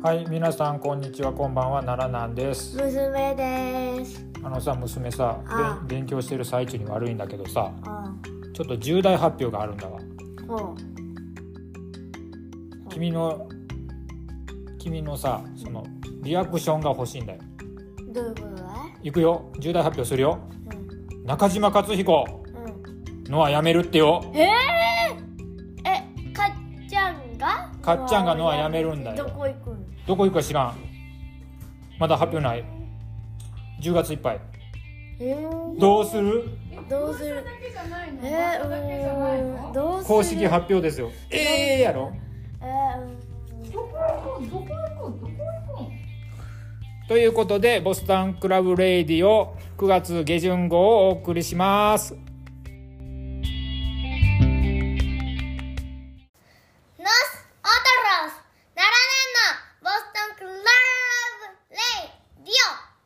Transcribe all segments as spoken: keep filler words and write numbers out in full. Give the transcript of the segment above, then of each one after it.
はい、皆さんこんにちは、こんばんは、奈良なんです。 娘です。 あのさ、娘さ、 あべ勉強してる最中に悪いんだけどさ、 あちょっと重大発表があるんだわ。 ほう君の君のさ、そのリアクションが欲しいんだよ。 どういうことだい？ いくよ、重大発表するよ。 うん中島克彦うんのはやめるってよ。 えー、え、かっちゃんがかっちゃんがのはやめるんだよ。 どこ行くん？ どこ行くか知らん。まだ発表ない。じゅうがついっぱい。 えー、 どうする？ どうする？えー、うーんどうする？ 公式発表ですよ。えーやろ。 えー、うんどこ行くんどこ行くんどこ行くんということで、ボスタンクラブレイディオくがつ下旬号をお送りします。 ノスオトロス奈良年のボストンクラブレイデ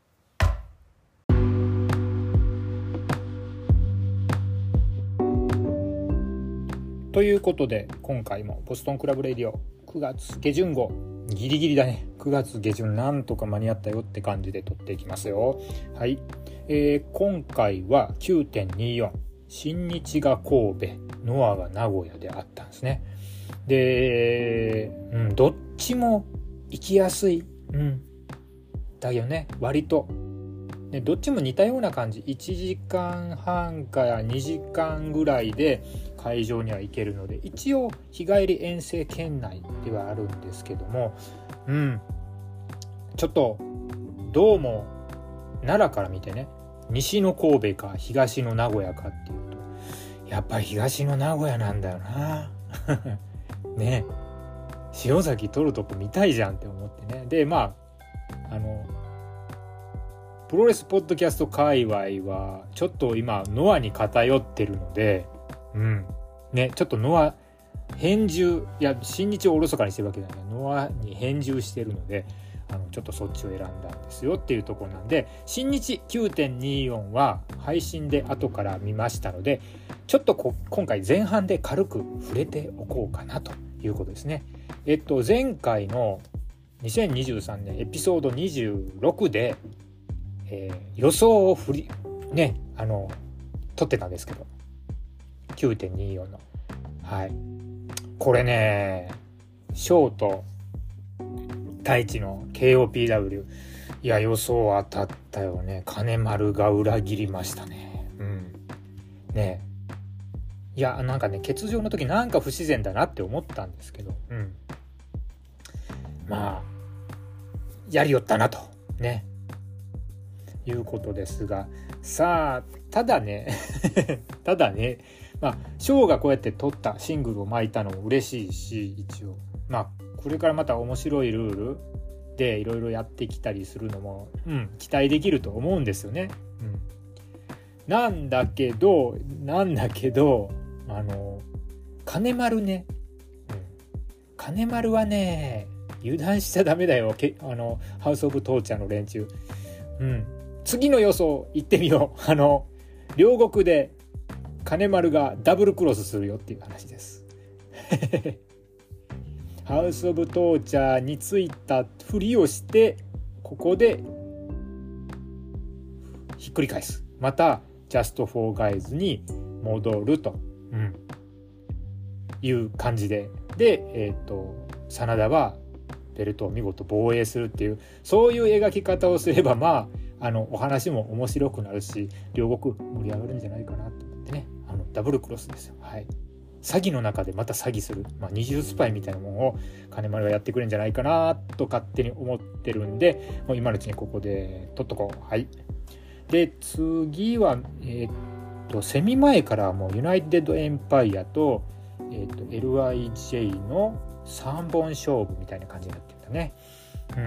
ィオ。 ということで、今回もボストンクラブレイディオくがつ下旬号、ギリギリだね。くがつ下旬なんとか間に合ったよって感じで撮っていきますよ。はい、えー、今回は きゅうてんにじゅうよん 新日が神戸、ノアが名古屋であったんですね。で、うん、どっちも行きやすい、うん、だよね、割と。でどっちも似たような感じ、いちじかんはんからにじかんぐらいで会場には行けるので、一応日帰り遠征圏内ではあるんですけども、うんちょっとどうも奈良から見てね、西の神戸か東の名古屋かっていうと、やっぱり東の名古屋なんだよなねえ、塩崎取るとこ見たいじゃんって思ってね。でまああのプロレスポッドキャスト界隈はちょっと今ノアに偏ってるので、うんね、ちょっとノア返従、いや新日をおろそかにしてるわけだからノアに返従してるので、あのちょっとそっちを選んだんですよっていうところなんで、新日 きゅうてんにじゅうよん は配信で後から見ましたので、ちょっとこ今回前半で軽く触れておこうかなということですね。えっと前回のにせんにじゅうさんねんエピソードにじゅうろくで、えー、予想を振りねあの撮ってたんですけど きゅうてんにじゅうよん のはいこれね、ショート太一の ケーオーピーダブリュー、 いや予想当たったよね。金丸が裏切りましたね。うんねいやなんかね、欠場の時なんか不自然だなって思ったんですけど、うんまあやりよったなとねいうことですが、さあただねただねまあショーがこうやって撮ったシングルを巻いたのも嬉しいし、一応まあこれからまた面白いルールでいろいろやってきたりするのも、うん、期待できると思うんですよね、うん、なんだけどなんだけどあの金丸ね、うん、金丸はね油断しちゃダメだよ。けあのハウスオブトーチャーの連中、うん次の予想行ってみよう。あの両国で金丸がダブルクロスするよっていう話ですハウスオブトーチャーについたふりをしてここでひっくり返す、またジャストフォーガイズに戻ると、うん、いう感じでで、えーと、真田はベルトを見事防衛するっていう、そういう描き方をすればまああのお話も面白くなるし、両国盛り上がるんじゃないかなと思ってね。あのダブルクロスですよ。はい。詐欺の中でまた詐欺する、まあ、二重スパイみたいなものを金丸がやってくれるんじゃないかなと勝手に思ってるんで、もう今のうちにここで取っとこう。はい。で次はえー、っとセミ前からもうユナイテッドエンパイアと、えー、っと エルアイジェイ のさんぼん勝負みたいな感じになってるんだね。うん。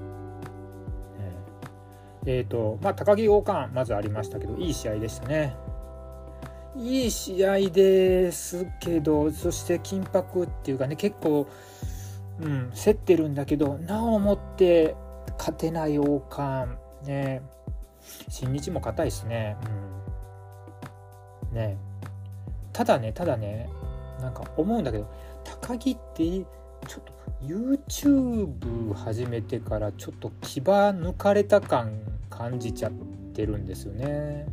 えーとまあ、高木王冠まずありましたけど、いい試合でしたね。いい試合ですけど、そして緊迫っていうかね、結構、うん、競ってるんだけど、なおもって勝てない王冠ね。新日も硬いですね。うん、ねただねただねなんか思うんだけど、高木ってちょっと YouTube 始めてからちょっと牙抜かれた感感じちゃってるんですよね。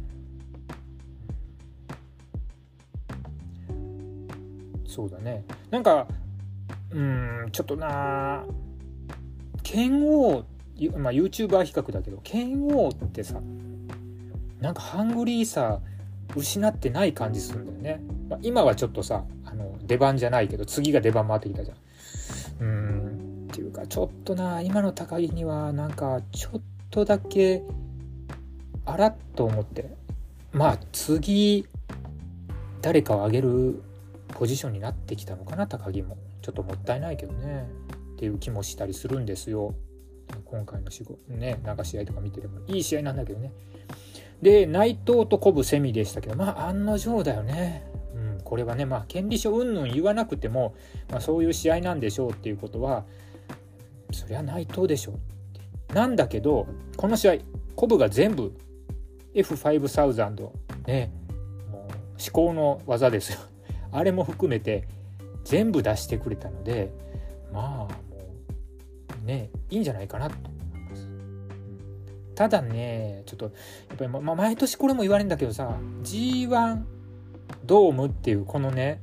そうだね。なんかうーんちょっとな剣王、まあ YouTuber 比較だけど剣王ってさ、なんかハングリーさ失ってない感じするんだよね。まあ、今はちょっとさあの出番じゃないけど次が出番回ってきたじゃん。うーんっていうかちょっとな今の高木にはなんかちょっとだけあらっと思って、まあ次誰かを上げるポジションになってきたのかな高木も。ちょっともったいないけどねっていう気もしたりするんですよ。今回の試合ね、なんか試合とか見ててもいい試合なんだけどね。で内藤と鼓舞セミでしたけど、まあ案の定だよね。うん、これはね、まあ権利書うんぬん言わなくても、まあ、そういう試合なんでしょうっていうことはそりゃ内藤でしょうなんだけど、この試合鼓舞が全部 エフファイブサウザンド ね、もう思考の技ですよあれも含めて全部出してくれたので、まあもうねいいんじゃないかなと思います。ただねちょっとやっぱり、まあ、毎年これも言われるんだけどさ ジーワン ドームっていうこのね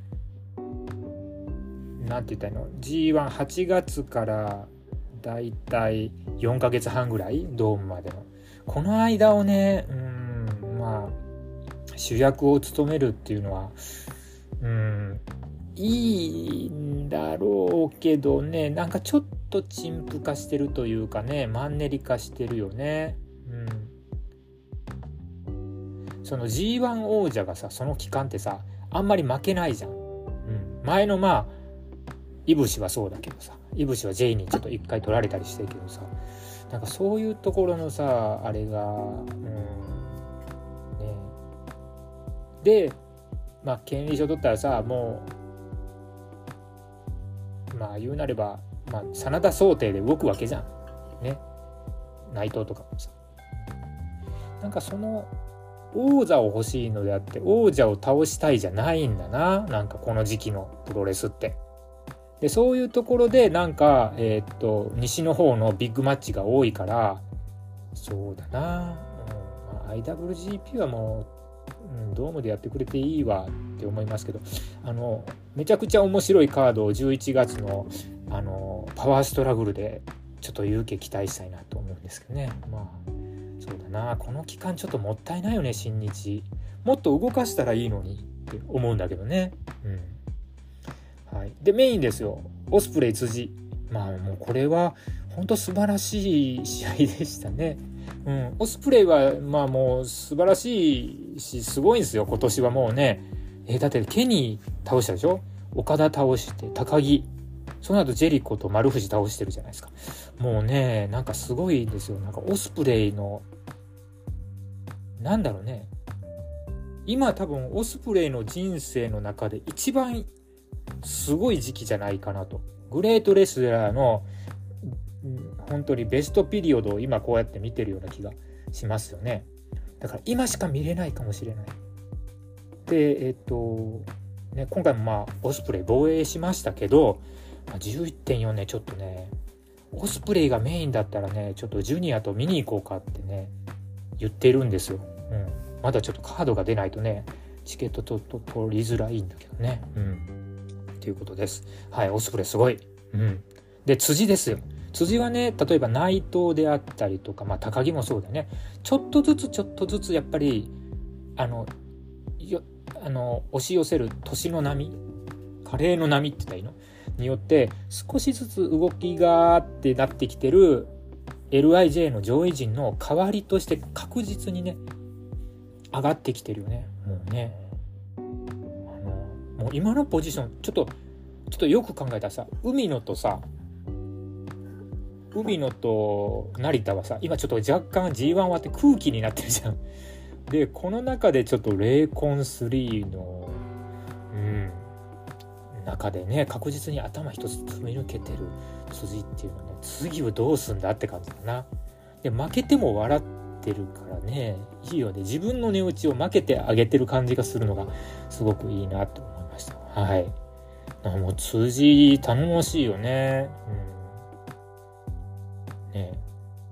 なんて言ったらいいの ジーワンはちがつからだいたいよんかげつはんぐらいドームまでのこの間をねうーんまあ主役を務めるっていうのはうーんいいんだろうけどね、なんかちょっと陳腐化してるというかねマンネリ化してるよね。うん、その ジーワン 王者がさその期間ってさあんまり負けないじゃん。うん、前のまあイブシはそうだけどさイブシは J にちょっと一回取られたりしてるけどさ、なんかそういうところのさあれが、うんね、でまあ権利書取ったらさもうまあ言うなれば、まあ、真田想定で動くわけじゃんね、内藤とかもさ。なんかその王座を欲しいのであって王者を倒したいじゃないんだな、なんかこの時期のプロレスって。でそういうところでなんかえー、っと西の方のビッグマッチが多いからそうだな、うんまあ、アイダブリュージーピー はもう、うん、ドームでやってくれていいわって思いますけど、あのめちゃくちゃ面白いカードをじゅういちがつのあのパワーストラグルでちょっと有形期待したいなと思うんですけどね。まあそうだなこの期間ちょっともったいないよね新日。もっと動かしたらいいのにって思うんだけどね。うんはい、でメインですよオスプレイ辻。まあもうこれは本当素晴らしい試合でしたね。うん、オスプレイはまあもう素晴らしいしすごいんですよ今年はもうね。えー、だってケニー倒したでしょ、岡田倒して高木、その後ジェリコと丸藤倒してるじゃないですか。もうねなんかすごいですよ。なんかオスプレイのなんだろうね今多分オスプレイの人生の中で一番すごい時期じゃないかなと。グレートレスラーの本当にベストピリオドを今こうやって見てるような気がしますよね。だから今しか見れないかもしれない。でえっとね今回もまあオスプレイ防衛しましたけど、まあ、じゅういってんよん ねちょっとねオスプレイがメインだったらねちょっとジュニアと見に行こうかってね言ってるんですよ。うん、まだちょっとカードが出ないとねチケットとと取りづらいんだけどね。うんということです。はい、オスプレイすごい。うん。で辻ですよ。辻はね例えば内藤であったりとか、まあ、高木もそうだね。ちょっとずつちょっとずつやっぱりあのよあの押し寄せる年の波、加齢の波って言ったらいいのによって少しずつ動きがってなってきてる エルアイジェー の上位陣の代わりとして確実にね上がってきてるよね。もうねもう今のポジションちょっとちょっとよく考えたらさ海野とさ海野と成田はさ今ちょっと若干 ジーワン 終わって空気になってるじゃん。でこの中でちょっとレイコンスリーのうん中でね確実に頭一つ飛び抜けてる辻っていうのね次はどうすんだって感じだな。で負けても笑ってるからねいいよね。自分の値打ちを負けてあげてる感じがするのがすごくいいなと思いました。はいもう辻頼もしいよね。うん、ねえ。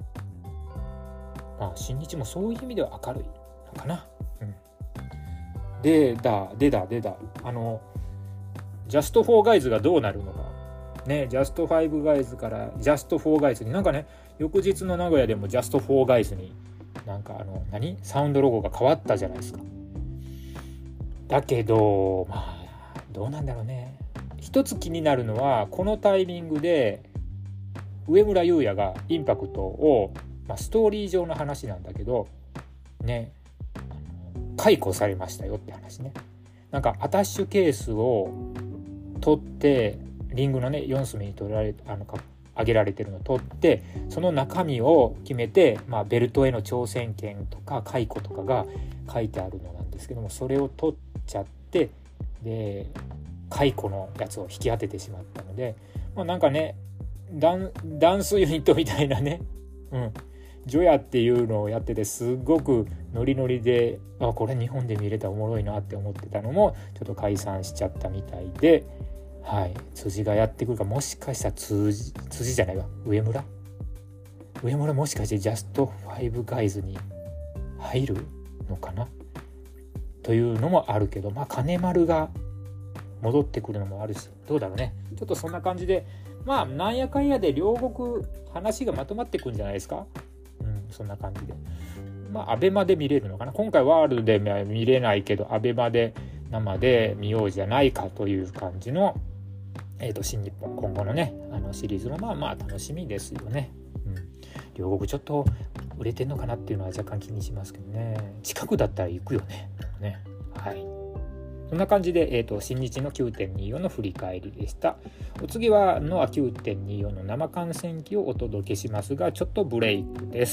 まあ新日もそういう意味では明るいのかな。うん、でだでだでだあのジャストフォーガイズがどうなるのかね。ジャストファイブガイズからジャストフォーガイズになんかね、翌日の名古屋でもジャストフォーガイズになんかあの何サウンドロゴが変わったじゃないですか。だけどまあどうなんだろうね。一つ気になるのはこのタイミングで上村優也がインパクトを、まあ、ストーリー上の話なんだけどね、解雇されましたよって話ね。なんかアタッシュケースを取ってリングのねよん隅に取られあのか上げられてるのを取ってその中身を決めて、まあ、ベルトへの挑戦権とか解雇とかが書いてあるのなんですけども、それを取っちゃってで解雇のやつを引き当ててしまったので、まあ、なんかねダン、ダンスユニットみたいなね、うん、ジョヤっていうのをやっててすごくノリノリで、あこれ日本で見れたらおもろいなって思ってたのもちょっと解散しちゃったみたいで、はい、辻がやってくるか、もしかしたら辻、辻じゃないわ上村上村もしかしてジャストファイブガイズに入るのかなというのもあるけど、まあ金丸が戻ってくるのもあるし、どうだろうね。ちょっとそんな感じで、まあなんやかんやで両国話がまとまってくんじゃないですか。うん、そんな感じで、まあアベマで見れるのかな。今回ワールドで見れないけどアベマで生で見ようじゃないかという感じの、えーと新日本今後のねあのシリーズのまあまあ楽しみですよね。うん、両国ちょっと売れてんのかなっていうのは若干気にしますけどね。近くだったら行くよね。ね、はい。そんな感じで、えーと、新日の きゅうてんにじゅうよん の振り返りでした。お次はノア きゅうてんにじゅうよん の生観戦記をお届けしますが、ちょっとブレイクです。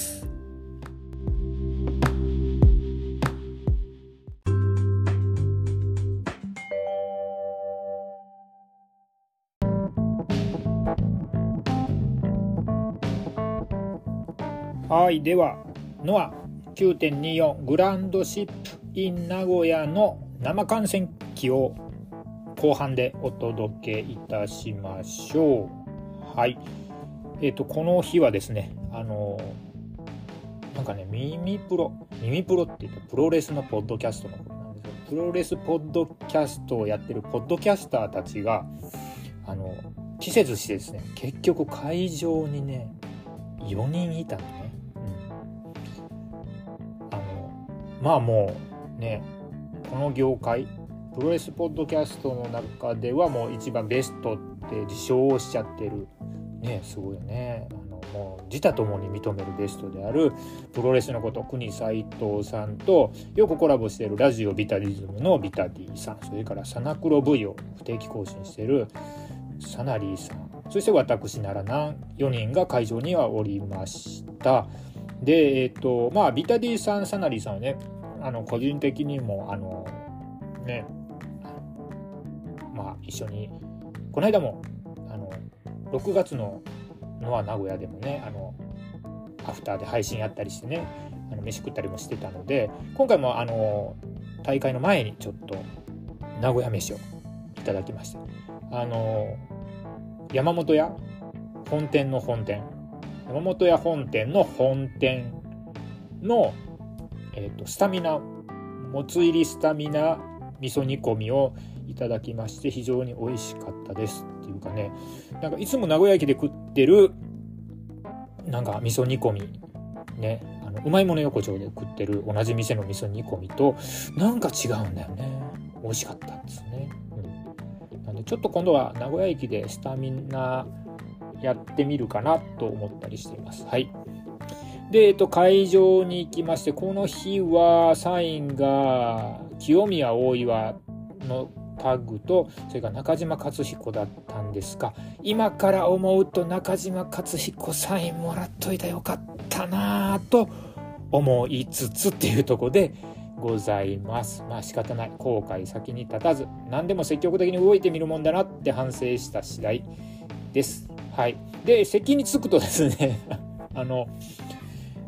はい、ではノア きゅうてんにじゅうよん グランドシップ in 名古屋の生観戦記を後半でお届けいたしましょう。はい、えーとこの日はですね、あのなんかね耳プロ耳プロって言ったプロレスのポッドキャストのことなんですよ。プロレスポッドキャストをやってるポッドキャスターたちがあの季節してですね、結局会場にねよにんいたのね。うん、あのまあもうねこの業界プロレスポッドキャストの中ではもう一番ベストって自称しちゃってるね。すごいよね。あのもう自他ともに認めるベストであるプロレスのこと国斉藤さんとよくコラボしているラジオビタディズムのビタディさん、それからサナクロ V を不定期更新しているサナリーさん、そして私ならなんよにんが会場にはおりました。でえっ、ー、とまあビタディさんサナリーさんはねあの個人的にもあのねまあ一緒にこの間もあのろくがつのノア名古屋でもねあのアフターで配信やったりしてねあの飯食ったりもしてたので、今回もあの大会の前にちょっと名古屋飯をいただきました。あの山本屋本店の本店山本屋本店の本店の、えーと、スタミナもつ入りスタミナ味噌煮込みをいただきまして、非常に美味しかったですっていうかね、なんかいつも名古屋駅で食ってるなんか味噌煮込みね、あのうまいもの横丁で食ってる同じ店の味噌煮込みとなんか違うんだよね。美味しかったですね。うん、なんでちょっと今度は名古屋駅でスタミナやってみるかなと思ったりしています。はい。で、えっと、会場に行きまして、この日はサインが清宮大岩のタッグと、それから中島克彦だったんですが、今から思うと中島克彦サインもらっといたらよかったなと思いつつっていうところでございます。まあ仕方ない。後悔先に立たず、何でも積極的に動いてみるもんだなって反省した次第です。はい。で、席に着くとですね、あの、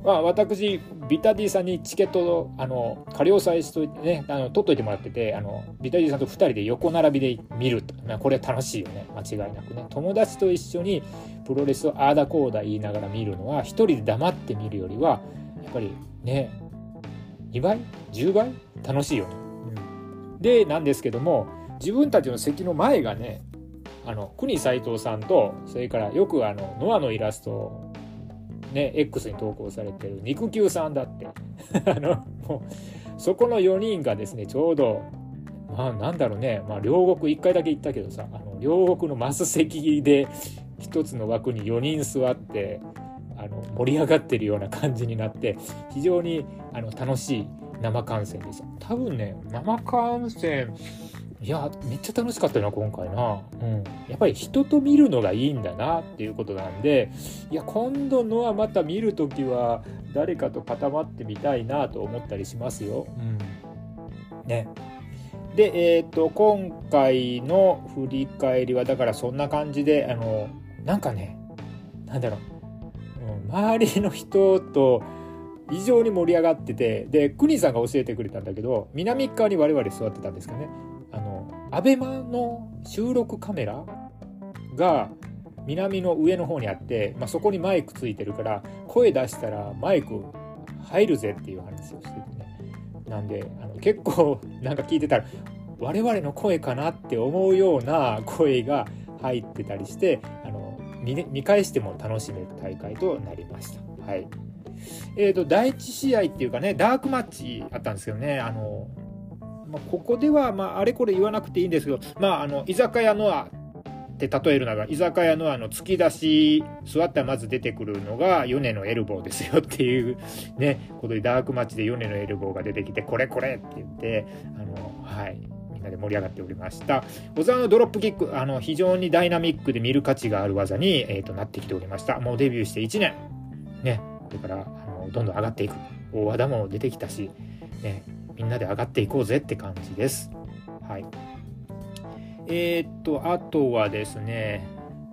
まあ、私ビタディさんにチケットをあの仮押さえしといてね、あの取っといてもらってて、あのビタディさんとふたりで横並びで見ると、まあ、これ楽しいよね、間違いなくね。友達と一緒にプロレスをあーだこうだ言いながら見るのは、一人で黙って見るよりはやっぱりねにばいじゅうばい楽しいよね、うん、でなんですけども、自分たちの席の前がね、あの国斉藤さんと、それからよくあのノアのイラストをね X に投稿されてる肉球さんだってあのもうそこのよにんがですね、ちょうどまあなんだろうね、まあ、両国いっかいだけ行ったけどさ、あの両国のマス席で一つの枠によにん座ってあの盛り上がってるような感じになって、非常にあの楽しい生観戦でした。多分ね生観戦、いやめっちゃ楽しかったな今回な、うん、やっぱり人と見るのがいいんだなっていうことなんで、いや今度のはまた見るときは誰かと固まってみたいなと思ったりしますよ、うん、ね。でえっと今回の振り返りはだからそんな感じで、あのなんかね、なんだろう、うん、周りの人と異常に盛り上がってて、でクニさんが教えてくれたんだけど、南側に我々座ってたんですかね。あのアベマの収録カメラが南の上の方にあって、まあ、そこにマイクついてるから声出したらマイク入るぜっていう話をしててね。なんであの結構なんか聞いてたら我々の声かなって思うような声が入ってたりして、あの 見, 見返しても楽しめる大会となりました。はい。えーとだいいち試合っていうかね、ダークマッチあったんですけどね、あのまあ、ここでは、まあ、あれこれ言わなくていいんですけど、まあ、あの居酒屋ノアって例えるなら、居酒屋ノアの突き出し座ったらまず出てくるのがヨネのエルボーですよっていうねことで、ダークマッチでヨネのエルボーが出てきて、これこれって言って、あのはいみんなで盛り上がっておりました。小沢のドロップキック、あの非常にダイナミックで見る価値がある技に、えー、となってきておりました。もうデビューしていちねんね、これからあのどんどん上がっていく。大和田も出てきたし、ね、みんなで上がっていこうぜって感じです。はい。えー、っとあとはですね、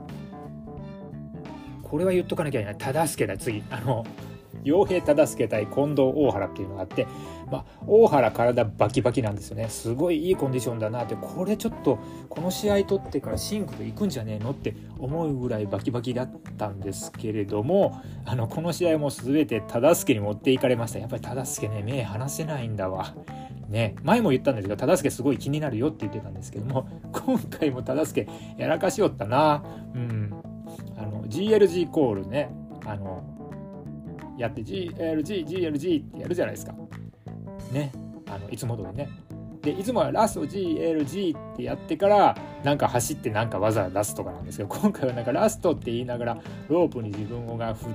これは言っとかなきゃいけない。忠助だ。次あの傭兵忠助対近藤大原っていうのがあって、まあ、大原体バキバキなんですよね。すごいいいコンディションだなって、これちょっとこの試合取ってからシンクで行くんじゃねえのって思うぐらいバキバキだったんですけれども、あのこの試合も全て忠助に持っていかれました。やっぱり忠助ね、目離せないんだわね。前も言ったんですけど、忠助すごい気になるよって言ってたんですけども、今回も忠助やらかしよったな。うん、あの ジーエルジー コールね、あのやって ジーエルジー、ジーエルジー ってやるじゃないですかね、あのいつも通りね。でいつもはラスト ジーエルジー ってやってからなんか走ってなんか技出すとかなんですけど、今回はなんかラストって言いながらロープに自分が振って、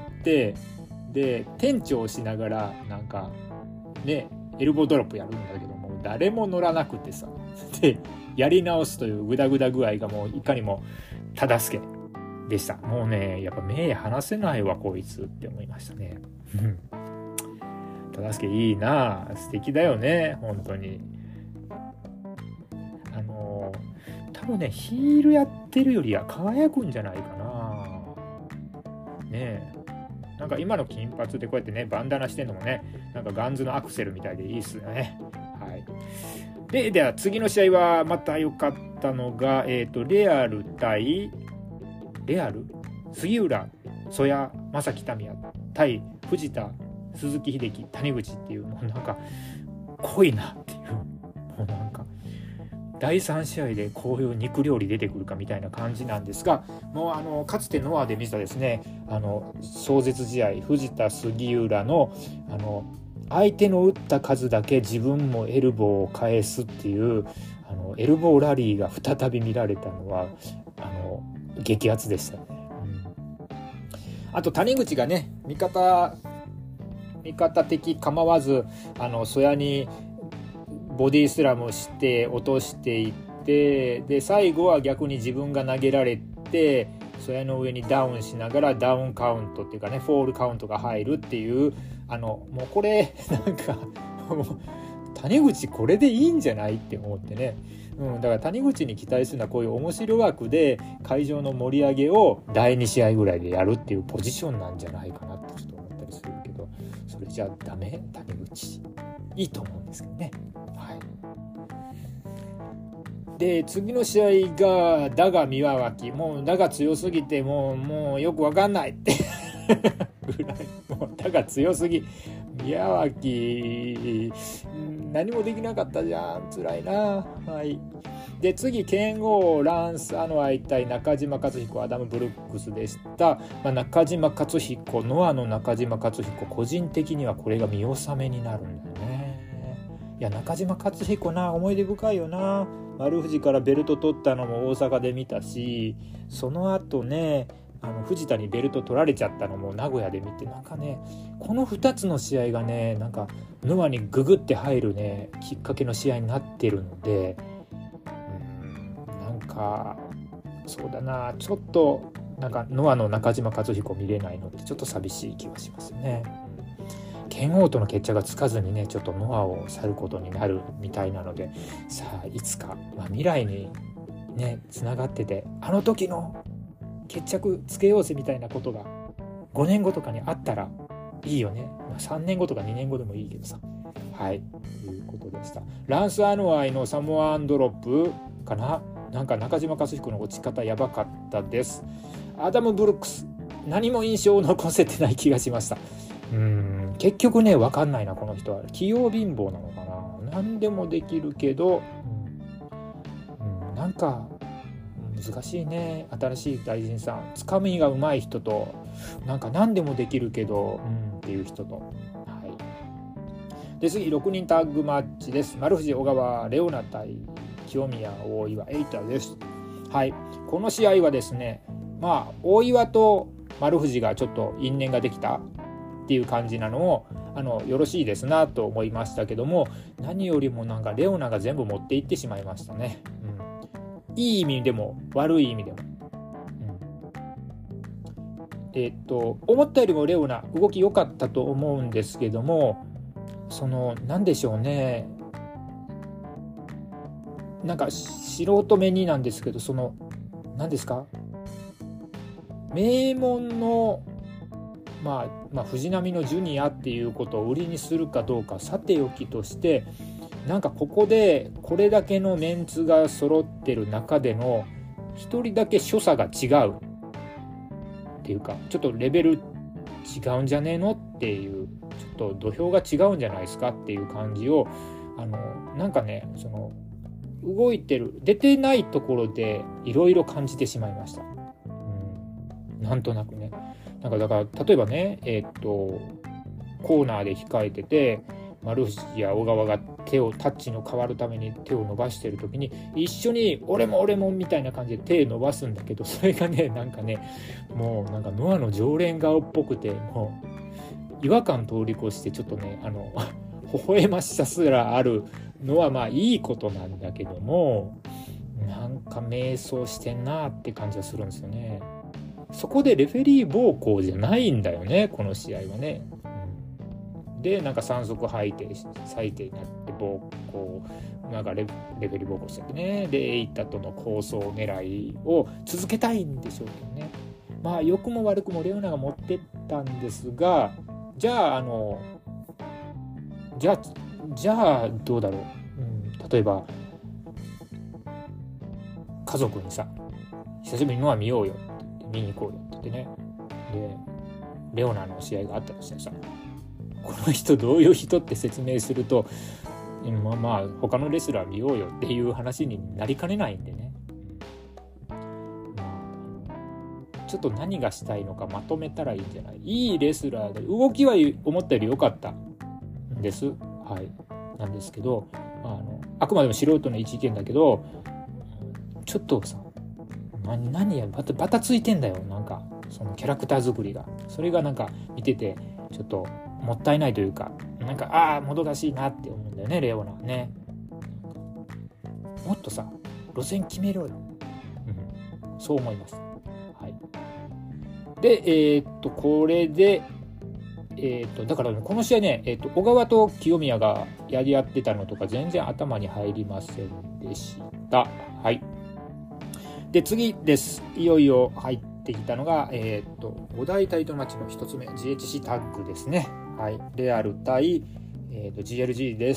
で店長しながらなんかねエルボードロップやるんだけども、誰も乗らなくてさ、でやり直すというグダグダ具合がもういかにも忠助でした。もうねやっぱ目離せないわこいつって思いましたね。忠助いいな、素敵だよね本当に。あの多分ねヒールやってるよりは輝くんじゃないかなねえ。なんか今の金髪でこうやってねバンダナしてんのもね、なんかガンズのアクセルみたいでいいっすよね。はい。ででは次の試合はまた良かったのが、えっとレアル対レアル杉浦曽谷正木民也対藤田鈴木秀樹谷口っていう、もうなんか濃いなっていう、もうなんかだいさん試合でこういう肉料理出てくるかみたいな感じなんですが、もうあのかつてノアで見たですね、あの壮絶試合藤田杉浦のあの相手の打った数だけ自分もエルボーを返すっていうあのエルボーラリーが再び見られたのはあの激アツでしたね。うん、あと谷口がね味方味方的構わずあの曽谷にボディスラムして落としていって、で最後は逆に自分が投げられて曽谷の上にダウンしながらダウンカウントっていうかね、フォールカウントが入るっていう、あのもうこれなんかもう谷口これでいいんじゃないって思ってね、うん、だから谷口に期待するのはこういう面白枠で会場の盛り上げをだいに試合ぐらいでやるっていうポジションなんじゃないかなってちょっと思ったりするけど、 じゃダメ、谷口いいと思うんですけどね。はい。で次の試合がダガ宮脇、もうダガ強すぎてもうもうよくわかんないってぐらい、もうダガ強すぎ、宮脇何もできなかったじゃん、辛いな。はい。で次剣王ランスアノアイ対中島克彦アダムブルックスでした。まあ、中島克彦ノアの中島克彦、個人的にはこれが見納めになるんだよね。いや中島克彦な、思い出深いよな。丸藤からベルト取ったのも大阪で見たし、その後ねあの藤田にベルト取られちゃったのも名古屋で見て、なんかねこのふたつの試合がねなんかノアにググって入るねきっかけの試合になってるので、うーんなんかそうだな、ちょっとなんかノアの中島克彦見れないのってちょっと寂しい気がしますね。剣王との決着がつかずにねちょっとノアを去ることになるみたいなので、さあいつか、まあ、未来にねつながってて、あの時の決着つけようぜみたいなことがごねんごとかにあったらいいよね。まあ、さんねんごとかにねんごでもいいけどさ。はいということでした。ランスアノアイのサモアンドロップかな、なんか中島克彦の落ち方やばかったです。アダム・ブルックス何も印象を残せてない気がしました。うーん結局ね分かんないな、この人は器用貧乏なのかな。何でもできるけど、うんうん、なんか難しいね。新しい大臣さん、つかみが上手い人と、なんか何でもできるけど、うん、っていう人と、はい。で次ろくにんタッグマッチです。丸藤小川レオナ対清宮大岩エイタです。はい、この試合はですね、まあ大岩と丸藤がちょっと因縁ができたっていう感じなのをあのよろしいですなと思いましたけども、何よりもなんかレオナが全部持っていってしまいましたね。うん、いい意味でも悪い意味でも、うん、えー、っと思ったよりもレオナ動き良かったと思うんですけども、そのなんでしょうね、なんか素人目になんですけど、その何ですか、名門のまあ、まあ藤波のジュニアっていうことを売りにするかどうかさておきとして、なんかここでこれだけのメンツが揃ってる中での一人だけ所作が違うっていうか、ちょっとレベル違うんじゃねえのっていう、ちょっと土俵が違うんじゃないですかっていう感じを、あのなんかね、その動いてる出てないところでいろいろ感じてしまいました。うん、なんとなくね、なんかだから例えばね、えー、っとコーナーで控えてて丸藤や小川が手をタッチの変わるために手を伸ばしてる時に一緒に俺も俺もみたいな感じで手伸ばすんだけど、それがねなんかねもうなんかノアの常連顔っぽくて、もう違和感通り越してちょっとねあの微笑ましさすらあるのはまあいいことなんだけども、なんか迷走してんなって感じがするんですよね。そこでレフェリー暴行じゃないんだよね、この試合はね。うん、でなんか三足最低最低になって暴行、なんか レ, レフェリー暴行しちゃってね。でエイタとの抗争狙いを続けたいんでしょうけどね。まあ良くも悪くもレオナが持ってったんですが、じゃああのじゃあじゃあどうだろう、うん、例えば家族にさ、久しぶりにノア見ようよ見に行こうよって言ってね、でレオナの試合があったとしてさ、この人どういう人って説明すると、まあまあ他のレスラー見ようよっていう話になりかねないんでね、ちょっと何がしたいのかまとめたらいいんじゃない。いいレスラーで動きは思ったより良かったんです、はい、なんですけど、あのあくまでも素人の一意見だけど、ちょっとさ何, 何やバ タ, バタついてんだよ、なんかそのキャラクター作りが、それがなんか見ててちょっともったいないというか、なんかああもどかしいなって思うんだよね、レオナはね。もっとさ路線決めろよ、うん、そう思います。はい。でえー、っとこれでえー、っとだからこの試合ね、えー、っと小川と清宮がやり合ってたのとか全然頭に入りませんでした。はい。で次です。いよいよ入ってきたのが、えー、っとご大タイトルマッチの一つ目 ジーエイチシー タッグですね。 はい、レアル対、えー、と ジーエルジー です。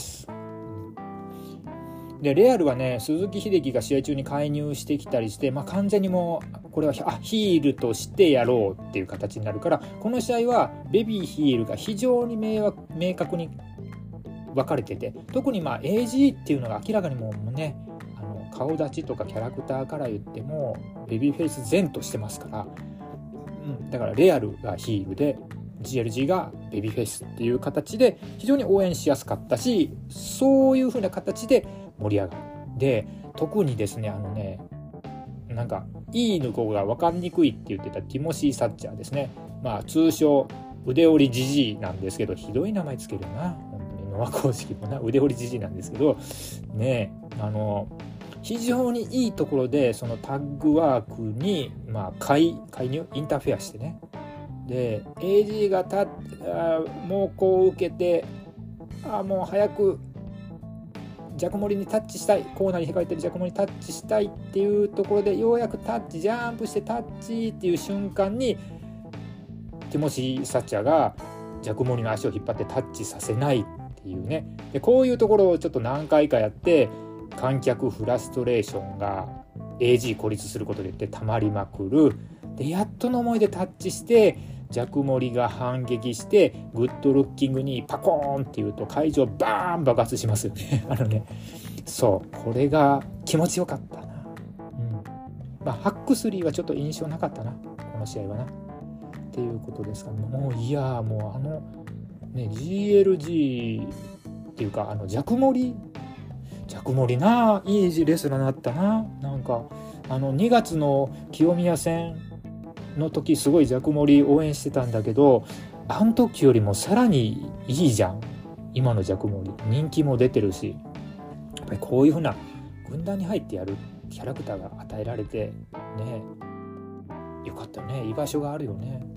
でレアルはね、鈴木秀樹が試合中に介入してきたりして、まあ、完全にもうこれはあヒールとしてやろうっていう形になるから、この試合はベビーヒールが非常に明明確に分かれてて、特にまあ エージー っていうのが明らかにもうね、あの顔立ちとかキャラクターから言ってもベビーフェイス前としてますから、うん、だからレアルがヒールで ジーエルジー がベビーフェイスっていう形で非常に応援しやすかったし、そういう風な形で盛り上がる。で特にですね、あのねなんかいいの子が分かりにくいって言ってたティモシー・サッチャーですね。まあ通称腕折りじじいなんですけど、ひどい名前つけるよな、本当にノア公式もな腕折りじじいなんですけどね、あの非常にいいところでそのタッグワークに、まあ、介, 介入インターフェアしてね、で エージー がた猛攻を受けて、あもう早くジャクモリにタッチしたい、コーナーに控えてるジャクモリにタッチしたいっていうところで、ようやくタッチジャンプしてタッチっていう瞬間にティモシー・サッチャーがジャクモリの足を引っ張ってタッチさせないっていうね。でこういうところをちょっと何回かやって観客フラストレーションが エージー 孤立することでってたまりまくる。でやっとの思いでタッチしてジャクモリが反撃してグッドルッキングにパコーンっていうと会場バーン爆発しますよねあのね、そうこれが気持ちよかったな、うんまあ、ハックスリーはちょっと印象なかったな、この試合はなっていうことですか。もういやもうあのね ジーエルジー っていうかあのジャクモリジャクモリないいレスラーになったな。なんかあのにがつの清宮戦の時すごいジャクモリ応援してたんだけど、あの時よりもさらにいいじゃん今のジャクモリ、人気も出てるし、やっぱりこういう風な軍団に入ってやるキャラクターが与えられてね、よかったよね、居場所があるよね。ね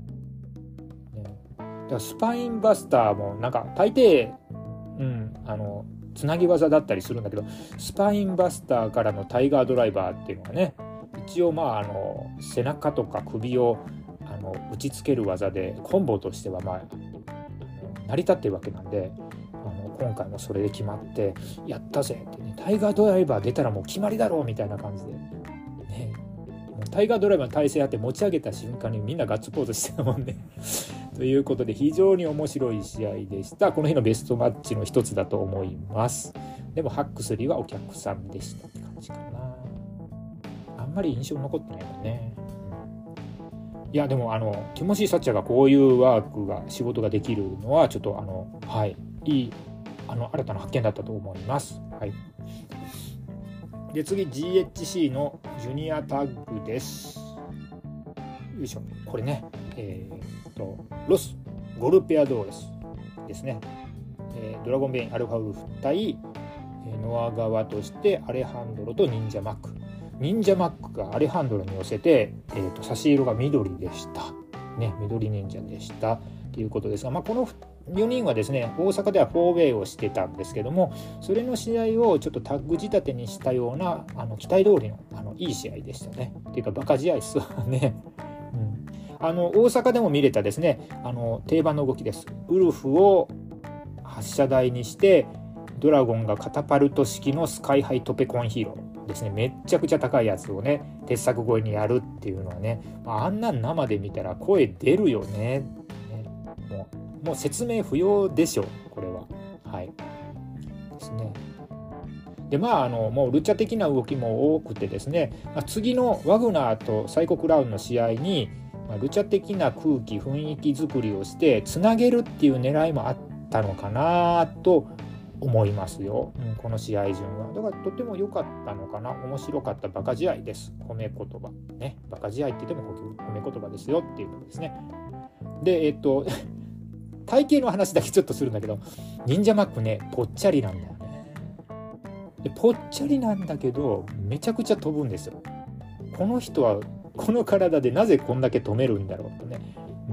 だからスパインバスターもなんか大抵、うん、あのつなぎ技だったりするんだけど、スパインバスターからのタイガードライバーっていうのがね、一応まああの背中とか首をあの打ちつける技でコンボとしてはまあ成り立ってるわけなんで、あの今回もそれで決まってやったぜってね、タイガードライバー出たらもう決まりだろうみたいな感じで、ね、もうタイガードライバーの体勢あって持ち上げた瞬間にみんなガッツポーズしてたもんねということで非常に面白い試合でした。この日のベストマッチの一つだと思います。でもハックスリーはお客さんでしたって感じかな。あんまり印象残ってないもんね。いやでもあのティモシー・サッチャーがこういうワークが仕事ができるのはちょっとあのはいいいあの新たな発見だったと思います。はい。で次 ジーエイチシー のジュニアタッグです。よいしょ、これね、えー、っとロスゴルペアドーレスですね。えー、ドラゴンベインアルファウルフ対、えー、ノア側としてアレハンドロと忍者マック。忍者マックがアレハンドロに寄せて、えー、と差し色が緑でした、ね、緑忍者でしたということですが、まあ、このよにんはですね大阪ではフォーウェイをしてたんですけども、それの試合をちょっとタッグ仕立てにしたようなあの期待通りの、あのいい試合でしたね。っていうかバカ試合っすわね、うん、あの大阪でも見れたですね、あの定番の動きです。ウルフを発射台にしてドラゴンがカタパルト式のスカイハイトペコンヒーローですね、めっちゃくちゃ高いやつをね鉄柵越えにやるっていうのはね、あんなん生で見たら声出るよ ね, ねもう、もう説明不要でしょこれは。はいですね。でまああのもうルチャ的な動きも多くてですね、まあ、次のワグナーとサイコクラウンの試合に、まあ、ルチャ的な空気雰囲気作りをしてつなげるっていう狙いもあったのかなと思いますよ、うん、この試合順は。だからとても良かったのかな、面白かったバカ試合です。褒め言葉ね、バカ試合って言っても褒め言葉ですよっていうことですね。でえっと体型の話だけちょっとするんだけど、忍者マックねぽっちゃりなんだよね。でぽっちゃりなんだけどめちゃくちゃ飛ぶんですよ。この人はこの体でなぜこんだけ飛めるんだろうとね、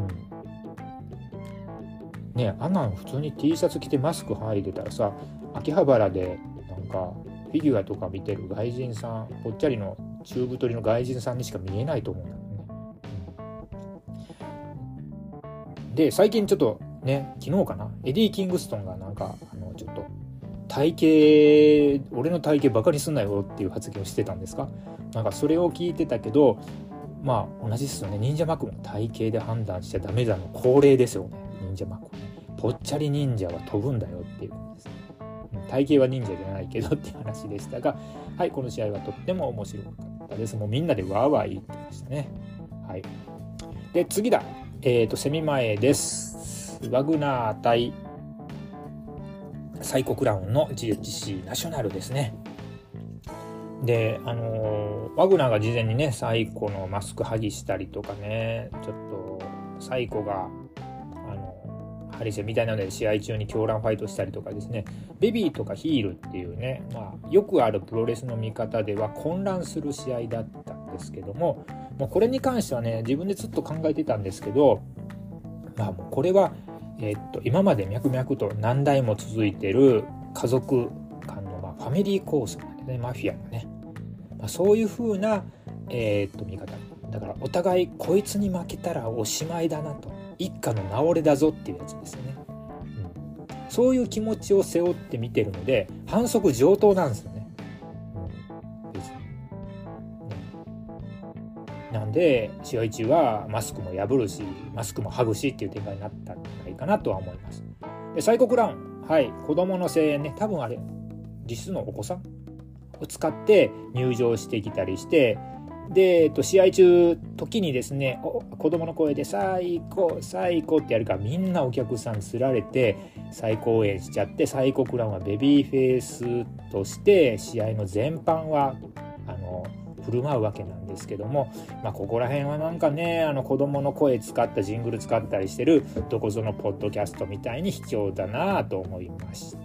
うん、ねあんなの普通に T シャツ着てマスク剥いでたらさ、秋葉原でなんかフィギュアとか見てる外人さん、ぽっちゃりの中太りの外人さんにしか見えないと思うんだよね、うん、で最近ちょっとね、昨日かな、エディ・キングストンがなんかあのちょっと体型俺の体型バカにすんなよっていう発言をしてたんですか。なんかそれを聞いてたけど、まあ同じですよね。忍者マクも体型で判断しちゃダメだの恒例ですよね。忍者マクね、ぽっちゃり忍者は飛ぶんだよっていうことですね。体型は忍者じゃないけどっていう話でしたが、はい、この試合はとっても面白かったです。もうみんなでワーワー言ってましたね。はい。で次だ、えーとセミ前です。ワグナー対サイコクラウンの ジーエイチシー ナショナルですね。で、あのー、ワグナーが事前にねサイコのマスク剥ぎしたりとかね、ちょっとサイコがあのハリセンみたいなので試合中に狂乱ファイトしたりとかですね、ベビーとかヒールっていうね、まあ、よくあるプロレスの見方では混乱する試合だったんですけども、もうこれに関してはね自分でずっと考えてたんですけど、まあもうこれはえー、っと今まで脈々と何代も続いてる家族間の、まあ、ファミリー構想なんですね、マフィアのね、まあ、そういう風な、えー、っと見方だから、お互いこいつに負けたらおしまいだなと、一家の名折れだぞっていうやつですよね、うん、そういう気持ちを背負って見てるので反則上等なんですよね、うん、別にね。なんで試合中はマスクも破るしマスクも剥ぐしっていう展開になったんじゃないかなとは思います。でサイコクラウン、はい、子供の声援ね、多分あれ実のお子さんを使って入場してきたりして、で、えっと、試合中時にですねお子供の声でサイコサイコってやるからみんなお客さんつられてサイコ応援しちゃって、サイコクラウンはベビーフェイスとして試合の全般はあの振る舞うわけなんですけども、まあ、ここら辺はなんかねあの子供の声使ったジングル使ったりしてるどこぞのポッドキャストみたいに卑怯だなと思いました。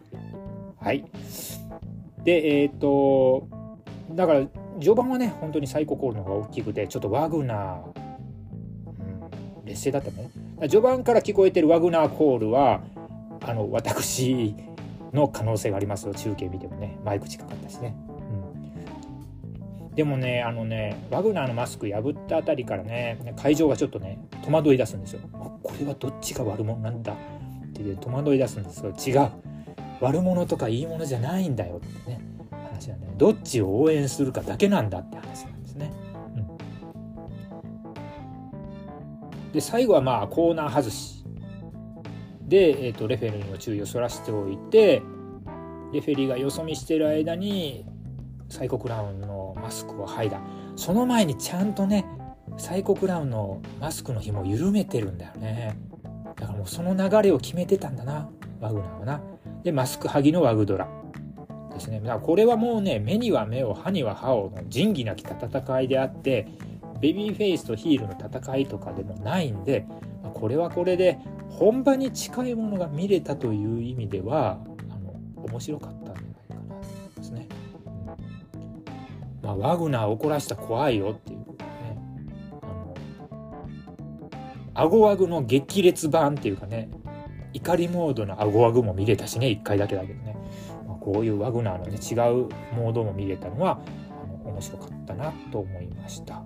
はい。でえっ、ー、とだから序盤はね本当にサイココールの方が大きくてちょっとワグナー、うん、劣勢だったね。序盤から聞こえてるワグナーコールはあの私の可能性がありますよ。中継見てもねマイク近かったしね。でもねあのねワグナーのマスク破ったあたりからね会場がちょっとね戸惑い出すんですよ。あ、これはどっちが悪者なんだって戸惑い出すんですけど、違う、悪者とかいいものじゃないんだよってね話なんだよ。どっちを応援するかだけなんだって話なんですね、うん、で最後はまあコーナー外しで、えーと、レフェリーの注意をそらしておいて、レフェリーがよそ見してる間にサイコクラウンのマスクを剥いだ。その前にちゃんとねサイコクラウンのマスクの紐を緩めてるんだよね。だからもうその流れを決めてたんだなワグナーはな。でマスク剥ぎのワグドラですね。だからこれはもうね目には目を歯には歯をの仁義なき戦いであって、ベビーフェイスとヒールの戦いとかでもないんで、これはこれで本場に近いものが見れたという意味ではあの面白かったんじゃないかなと思いますね。まあ、ワグナーを怒らしたら怖いよっていうことね。あのアゴワグの激烈版っていうかね、怒りモードのアゴワグも見れたしね、いっかいだけだけどね、まあ、こういうワグナーのね違うモードも見れたのはあの面白かったなと思いました、うん、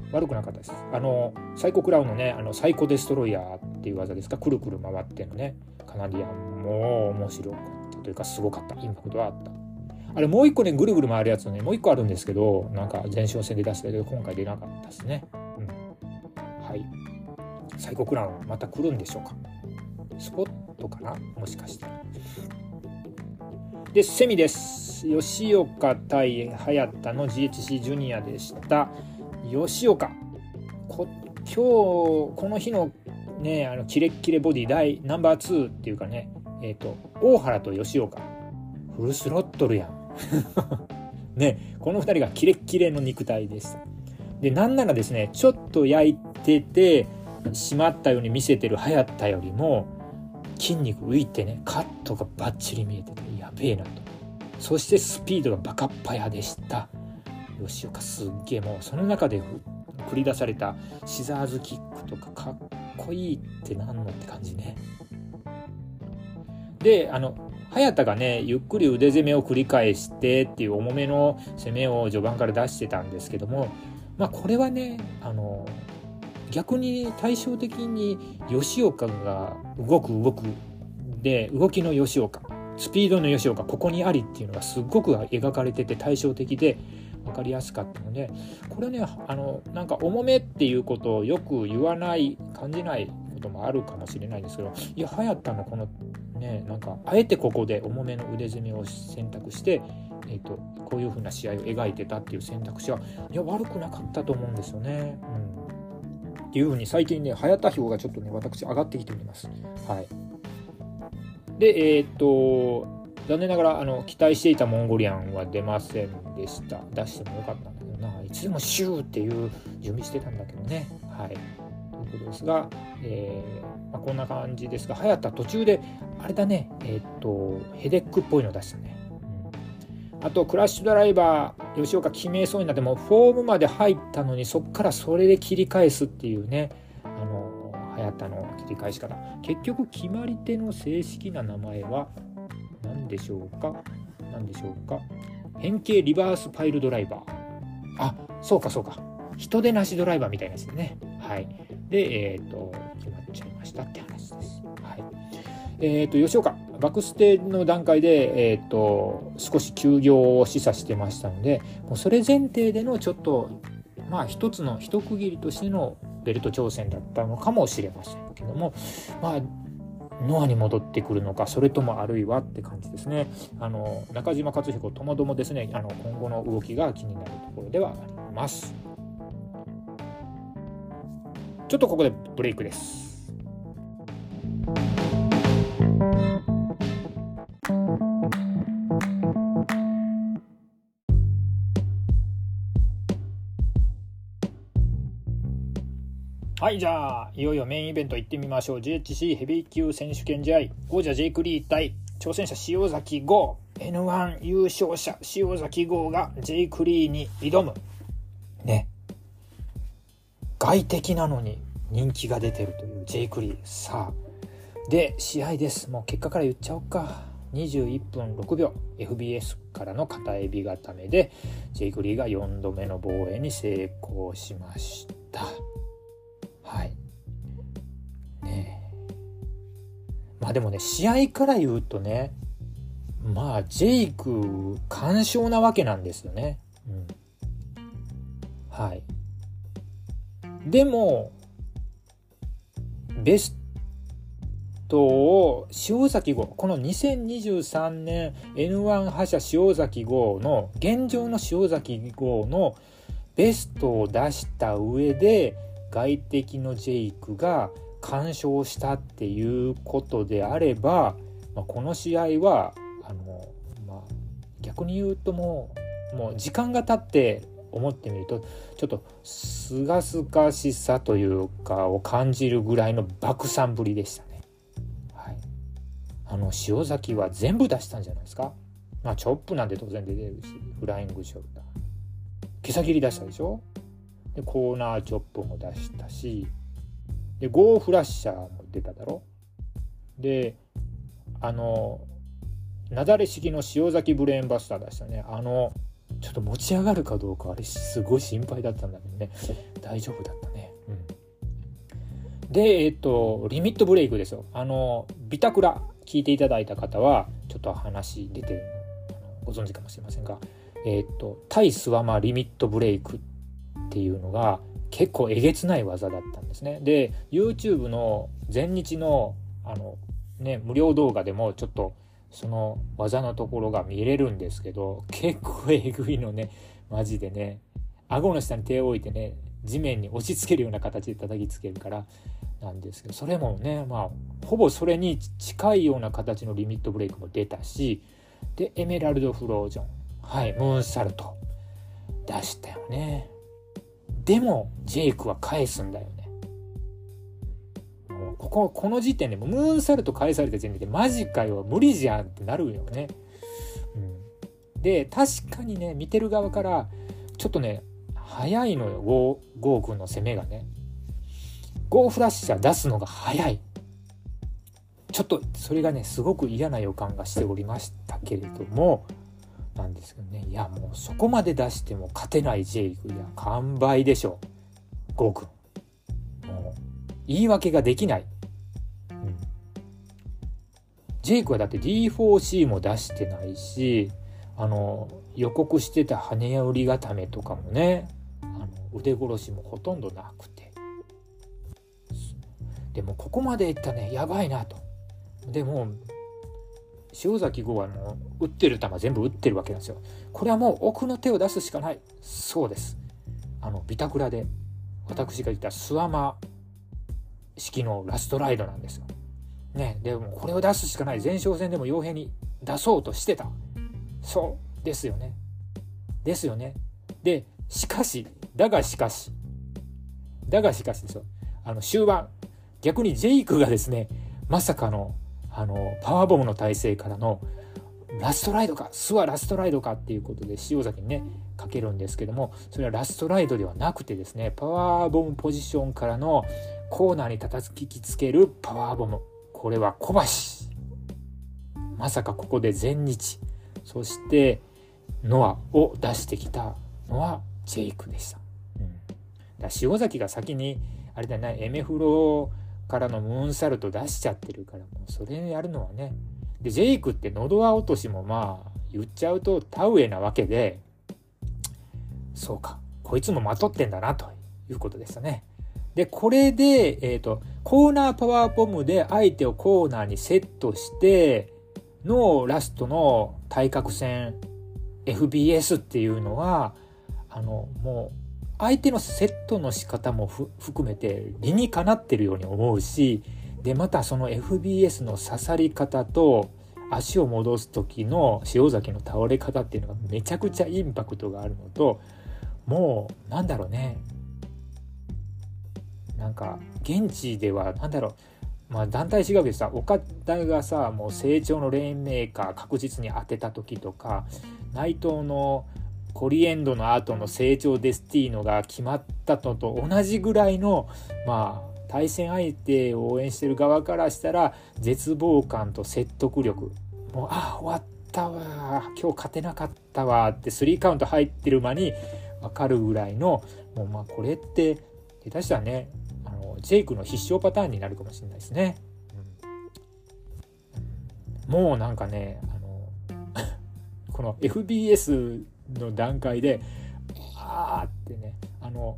悪くなかったです。あのサイコクラウンのねあのサイコデストロイヤーっていう技ですか、くるくる回ってのねカナディアンも面白かったというかすごかった、インパクトはあった。あれもう一個ねぐるぐる回るやつねもう一個あるんですけど、なんか前哨戦で出したけど今回出なかったですね、うん、はい。サイコクラウンまた来るんでしょうか。スポットかなもしかして。でセミです。吉岡対早田の ジーエイチシー ジュニアでした。吉岡こ今日この日のねあのキレッキレボディ第ナンバーツーっていうかね、えっと大原と吉岡フルスロットルやんね、このふたりがキレッキレの肉体です。でなんならですねちょっと焼いてて締まったように見せてる早田よりも筋肉浮いてねカットがバッチリ見えててやべえなと。そしてスピードがバカっぱやでした。吉岡すっげえ、もうその中で繰り出されたシザーズキックとかかっこいいってなんのって感じね。であの早田がねゆっくり腕攻めを繰り返してっていう重めの攻めを序盤から出してたんですけども、まあこれはねあの逆に対照的に吉岡が動く動くで、動きの吉岡、スピードの吉岡、ここにありっていうのがすごく描かれてて対照的で分かりやすかったので、これね、あのなんか重めっていうことをよく言わない感じないこともあるかもしれないですけど、いや早田のこのね、なんかあえてここで重めの腕攻めを選択して、えーと、こういう風な試合を描いてたっていう選択肢はいや悪くなかったと思うんですよね。うん、っていう風に最近ね早田票がちょっとね私上がってきております。はい。でえっ、ー、と残念ながらあの期待していたモンゴリアンは出ませんでした。出してもよかったんだけどな、いつでもシューっていう準備してたんだけどね。はい。ということですが、えーまあ、こんな感じですが、早田途中であれだね、えっ、ー、とヘデックっぽいの出したね。うん、あとクラッシュドライバー吉岡決めそうになってもフォームまで入ったのにそこからそれで切り返すっていうね、あの早田の切り返し方。結局決まり手の正式な名前は何でしょうか何でしょうか変形リバースパイルドライバー。あ、そうかそうか、人手なしドライバーみたいなやつですね。はい。で、えっ、ー、と決まっちゃいましたって話です。はい。えっ、ー、と吉岡バックステの段階で、えー、と少し休業を示唆してましたので、もうそれ前提でのちょっとまあ一つの一区切りとしてのベルト挑戦だったのかもしれませんけども、まあノアに戻ってくるのか、それともあるいはって感じですね。あの中島克彦ともどもですね、あの今後の動きが気になるところではあります。ちょっとここでブレイクです。はい、じゃあいよいよメインイベント行ってみましょう。 ジェイエイチシー ヘビー級選手権試合、王者ジェイク・リー対挑戦者塩崎豪、 エヌワン 優勝者塩崎豪がジェイク・リーに挑むね。外敵なのに人気が出てるというジェイク・リー。さあで試合です。もう結果から言っちゃおうか。にじゅういっぷんろくびょう エフビーエス からの片エビ固めでジェイク・リーがよんどめの防衛に成功しました。はいねえ、まあでもね試合から言うとね、まあジェイク完勝なわけなんですよね。うん、はい。でもベストを塩崎豪、このにせんにじゅうさんねん エヌワン 覇者塩崎豪の現状の塩崎豪のベストを出した上で外敵のジェイクが完勝したっていうことであれば、まあ、この試合はあの、まあ、逆に言うともう、もう時間が経って思ってみるとちょっとすがすがしさというかを感じるぐらいの爆散ぶりでしたね。はい、あの塩崎は全部出したんじゃないですか。まあチョップなんて当然出てるし、フライングショルダー、毛先切り出したでしょ。でコーナーチョップも出したし、でゴーフラッシャーも出ただろ。であのなだれ式の塩崎ブレーンバスター出したね。あのちょっと持ち上がるかどうかあれすごい心配だったんだけどね、大丈夫だったね。うん、でえっ、ー、とリミットブレイクですよ。あのビタクラ聞いていただいた方はちょっと話出てるのご存知かもしれませんが、えっ、ー、と対スワマリミットブレイクっていうのが結構えげつない技だったんですね。で YouTube の前日のあのね無料動画でもちょっとその技のところが見れるんですけど、結構えぐいのね。マジでね、顎の下に手を置いてね地面に押し付けるような形で叩きつけるからなんですけど、それもねまあほぼそれに近いような形のリミットブレイクも出たし、でエメラルドフロージョン、はいムーンサルト出したよね。でもジェイクは返すんだよね。もうこここの時点でもムーンサルト返された時点でマジかよ無理じゃんってなるよね。うん、で確かにね見てる側からちょっとね早いのよ、ゴーゴー君の攻めがね。ゴーフラッシャー出すのが早い。ちょっとそれがねすごく嫌な予感がしておりましたけれどもなんですけどね、いやもうそこまで出しても勝てないジェイク、いや完売でしょゴー君。 言い訳ができない、うん、ジェイクはだって ディーフォーシー も出してないし、あの予告してた羽織固めとかもね、あの腕殺しもほとんどなくて、でもここまでいったね、やばいなと。でも塩崎豪はもう打ってる球全部打ってるわけなんですよ。これはもう奥の手を出すしかない。そうです。あのビタクラで私が言ったスワマ式のラストライドなんですよ。ね、でもこれを出すしかない。前哨戦でも傭兵に出そうとしてた。そうですよね。ですよね。で、しかし、だがしかし、だがしかしですよ。あの終盤、逆にジェイクがですね、まさかのあのパワーボムの体勢からのラストライドか、スワラストライドかっていうことで塩崎にねかけるんですけども、それはラストライドではなくてですね、パワーボムポジションからのコーナーに叩きつけるパワーボム、これは小橋、まさかここで全日、そしてノアを出してきたのはジェイクでした、うん、だ塩崎が先にあれだね、エメフロからのムーンサルト出しちゃってるから、もうそれやるのはね。でジェイクって喉輪落としもまあ言っちゃうと田植えなわけで、そうかこいつもまとってんだなということでしたね。でこれで、えーと、コーナーパワーボムで相手をコーナーにセットしてのラストの対角線 エフビーエス っていうのは、あのもう相手のセットの仕方も含めて理にかなってるように思うし、でまたその エフビーエス の刺さり方と足を戻す時の塩崎の倒れ方っていうのがめちゃくちゃインパクトがあるのと、もうなんだろうね、なんか現地ではなんだろう、まあ団体違うけどさ、岡田がさもう成長のレーンメーカー確実に当てた時とか、内藤のコリエンドの後の成長デスティーノが決まったのと同じぐらいの、まあ対戦相手を応援してる側からしたら絶望感と説得力、もうあ終わったわ、今日勝てなかったわってスリーカウント入ってる間に分かるぐらいの、もうまあこれって下手したらね、あのジェイクの必勝パターンになるかもしれないですね、うん、もうなんかね、あのこの エフビーエス の段階であーってね、あの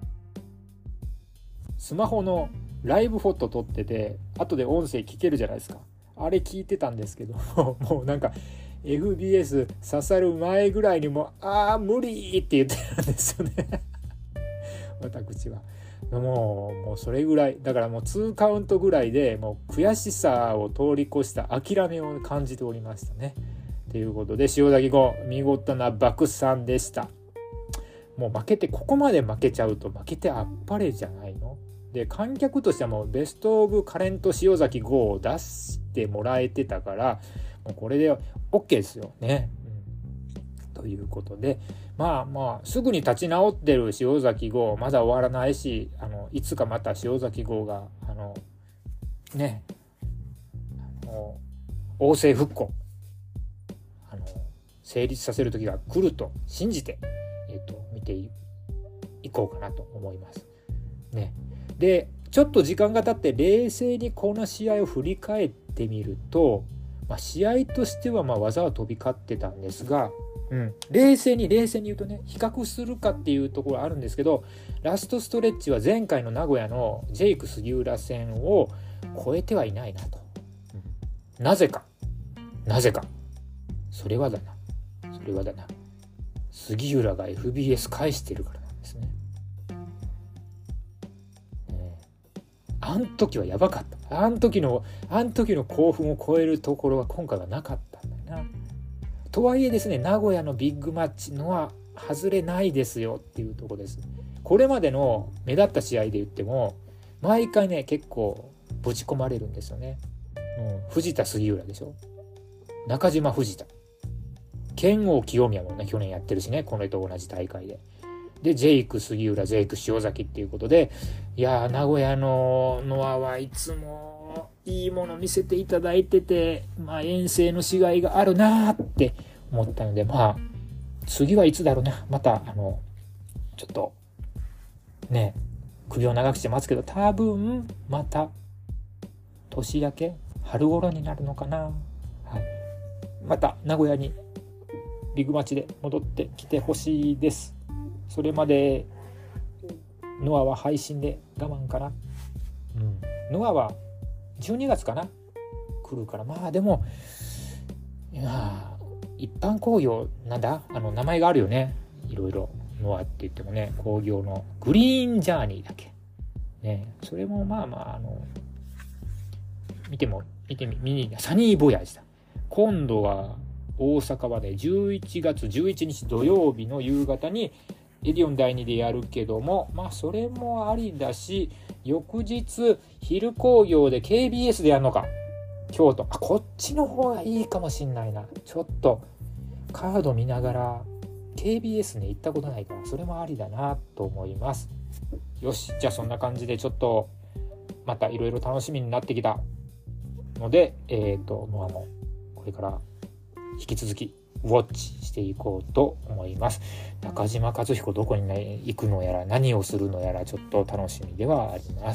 スマホのライブフォト撮ってて後で音声聞けるじゃないですか、あれ聞いてたんですけどもうなんか エフビーエス 刺さる前ぐらいにもあー無理って言ってるんですよね私はもうもうそれぐらいだから、もうにカウントぐらいでもう悔しさを通り越した諦めを感じておりましたね。ということで塩崎号見事な爆散でした。もう負けて、ここまで負けちゃうと負けてあっぱれじゃないので、観客としてはもうベストオブカレント塩崎号を出してもらえてたから、もうこれで OK ですよね、うん、ということで、まあまあすぐに立ち直ってる塩崎号まだ終わらないし、あのいつかまた塩崎号があのねあの王政復古あの成立させる時が来ると信じて、えー、と見て い, いこうかなと思いますね。でちょっと時間が経って冷静にこの試合を振り返ってみると、まあ、試合としてはまあ技は飛び交ってたんですが、うん、冷静に冷静に言うとね、比較するかっていうところあるんですけど、ラストストレッチは前回の名古屋のジェイク杉浦戦を超えてはいないなと、うん、なぜかなぜかそれはだなそれはだな杉浦が エフビーエス 返してるからなんですね。あん時はやばかった。あん時のあん時の興奮を超えるところは今回はなかったんだよな。とはいえですね、名古屋のビッグマッチのは外れないですよっていうところです。これまでの目立った試合で言っても毎回ね結構ぶち込まれるんですよね、うん、藤田杉浦でしょ、中島藤田、剣王清宮もね去年やってるしね、この人と同じ大会ででジェイク杉浦、ジェイク塩崎っていうことで、いやー名古屋のノアはいつもいいもの見せていただいてて、まあ遠征のしがいがあるなーって思ったので、まあ次はいつだろうな、またあのちょっとね首を長くして待つけど、多分また年明け春頃になるのかな、はい、また名古屋にビッグマッチで戻ってきてほしいです。それまでノアは配信で我慢かな、うん、ノアはじゅうにがつかな来るから、まあでもいや一般工業なんだあの名前があるよね、いろいろノアって言ってもね、工業のグリーンジャーニーだっけね、それもまあまああの見ても見てみ見にサニーボヤージだ。今度は大阪はねじゅういちがつじゅういちにち土曜日の夕方にエディオンだいにでやるけども、まあそれもありだし、翌日昼工業で ケービーエス でやるのか、京都、あこっちの方がいいかもしんないな。ちょっとカード見ながら ケービーエス ね行ったことないから、それもありだなと思います。よし、じゃあそんな感じでちょっとまたいろいろ楽しみになってきたので、えっとノアもこれから引き続きウォッチしていこうと思います。中島和彦どこに、ね、行くのやら何をするのやらちょっと楽しみではあります。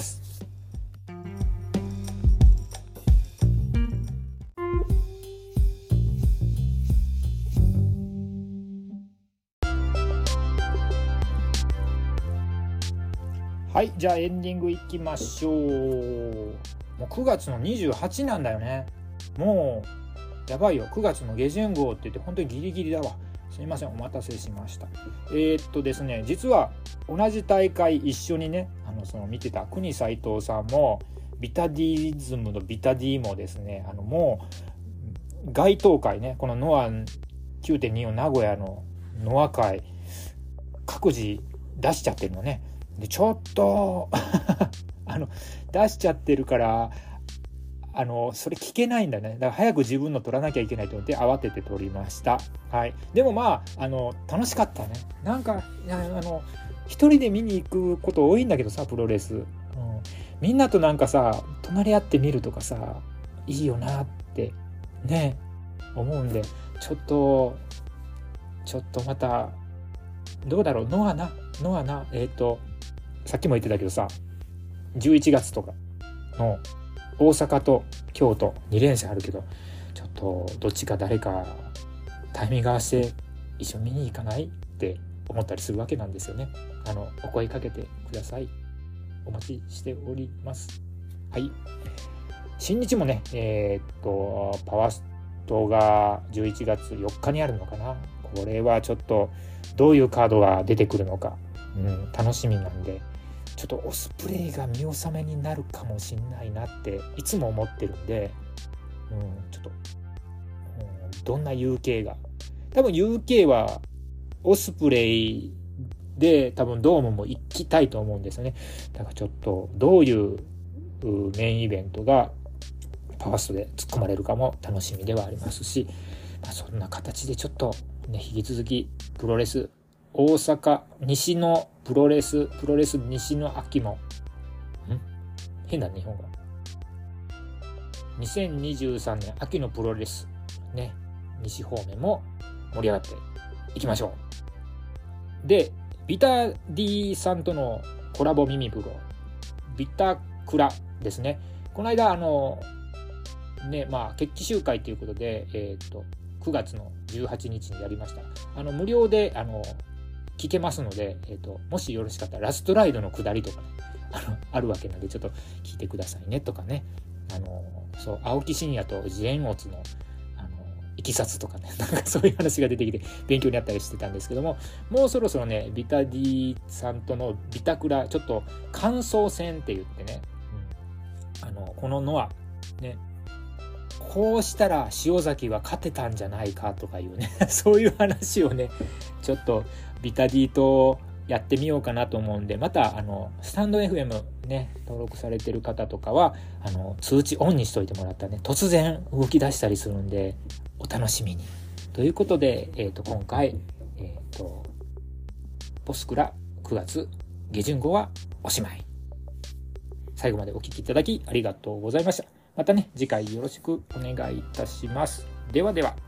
はい、じゃあエンディングいきましょう。もうくがつのにじゅうはちなんだよね。もうやばいよ、くがつの下旬号って言って本当にギリギリだわ。すみません、お待たせしました。えー、っとですね実は同じ大会一緒にねあのその見てた国斉藤さんもビタディズムのビタディもですね、あのもう街頭会ね、このノア きゅうてんによん 名古屋のノア会各自出しちゃってるのね。でちょっとあの出しちゃってるからあのそれ聞けないんだね。だから早く自分の取らなきゃいけないと思って慌てて取りました。はい。でもまああの楽しかったね。なんかあの一人で見に行くこと多いんだけどさ、プロレス、うん、みんなとなんかさ隣り合って見るとかさいいよなってね思うんで、ちょっとちょっとまたどうだろう、ノアなノアなえっとさっきも言ってたけどさじゅういちがつとかの大阪と京都に連戦あるけど、ちょっとどっちか誰かタイミング合わせて一緒に見に行かないって思ったりするわけなんですよね。あのお声かけてください。お待ちしております。はい。新日もねえー、っとパワーストがじゅういちがつよっかにあるのかな。これはちょっとどういうカードが出てくるのか、うん、楽しみなんで、ちょっとオスプレイが見納めになるかもしんないなっていつも思ってるんで、うん、ちょっと、うん、どんな ユーケー が多分 ユーケー はオスプレイで多分ドームも行きたいと思うんですよね。だからちょっとどういうメインイベントがパワーストで突っ込まれるかも楽しみではありますし、まあ、そんな形でちょっと、ね、引き続きプロレス大阪西のプロレスプロレス西の秋もん変だね日本語。にせんにじゅうさんねん秋のプロレスね、西方面も盛り上がっていきましょう。でビタディさんとのコラボ耳プロビタクラですね。この間あのねまあ決起集会ということで、えー、とくがつのじゅうはちにちにやりました。あの無料であの聞けますので、えー、ともしよろしかったらラストライドの下りとか、ね、あのあるわけなんでちょっと聞いてくださいねとかね、あのそう青木真也とジェーンオツのあのいきさつとかね、なんかそういう話が出てきて勉強になったりしてたんですけども、もうそろそろねビタディさんとのビタクラちょっと感想戦って言ってね、うん、あのこのノアねこうしたら塩崎は勝てたんじゃないかとかいうねそういう話をねちょっとビタディとやってみようかなと思うんで、またあのスタンド エフエム ね登録されてる方とかはあの通知オンにしといてもらったらね突然動き出したりするんでお楽しみにということで、えー、と今回、えー、とポスクラくがつ下旬号はおしまい。最後までお聞きいただきありがとうございました。またね次回よろしくお願いいたします。ではでは。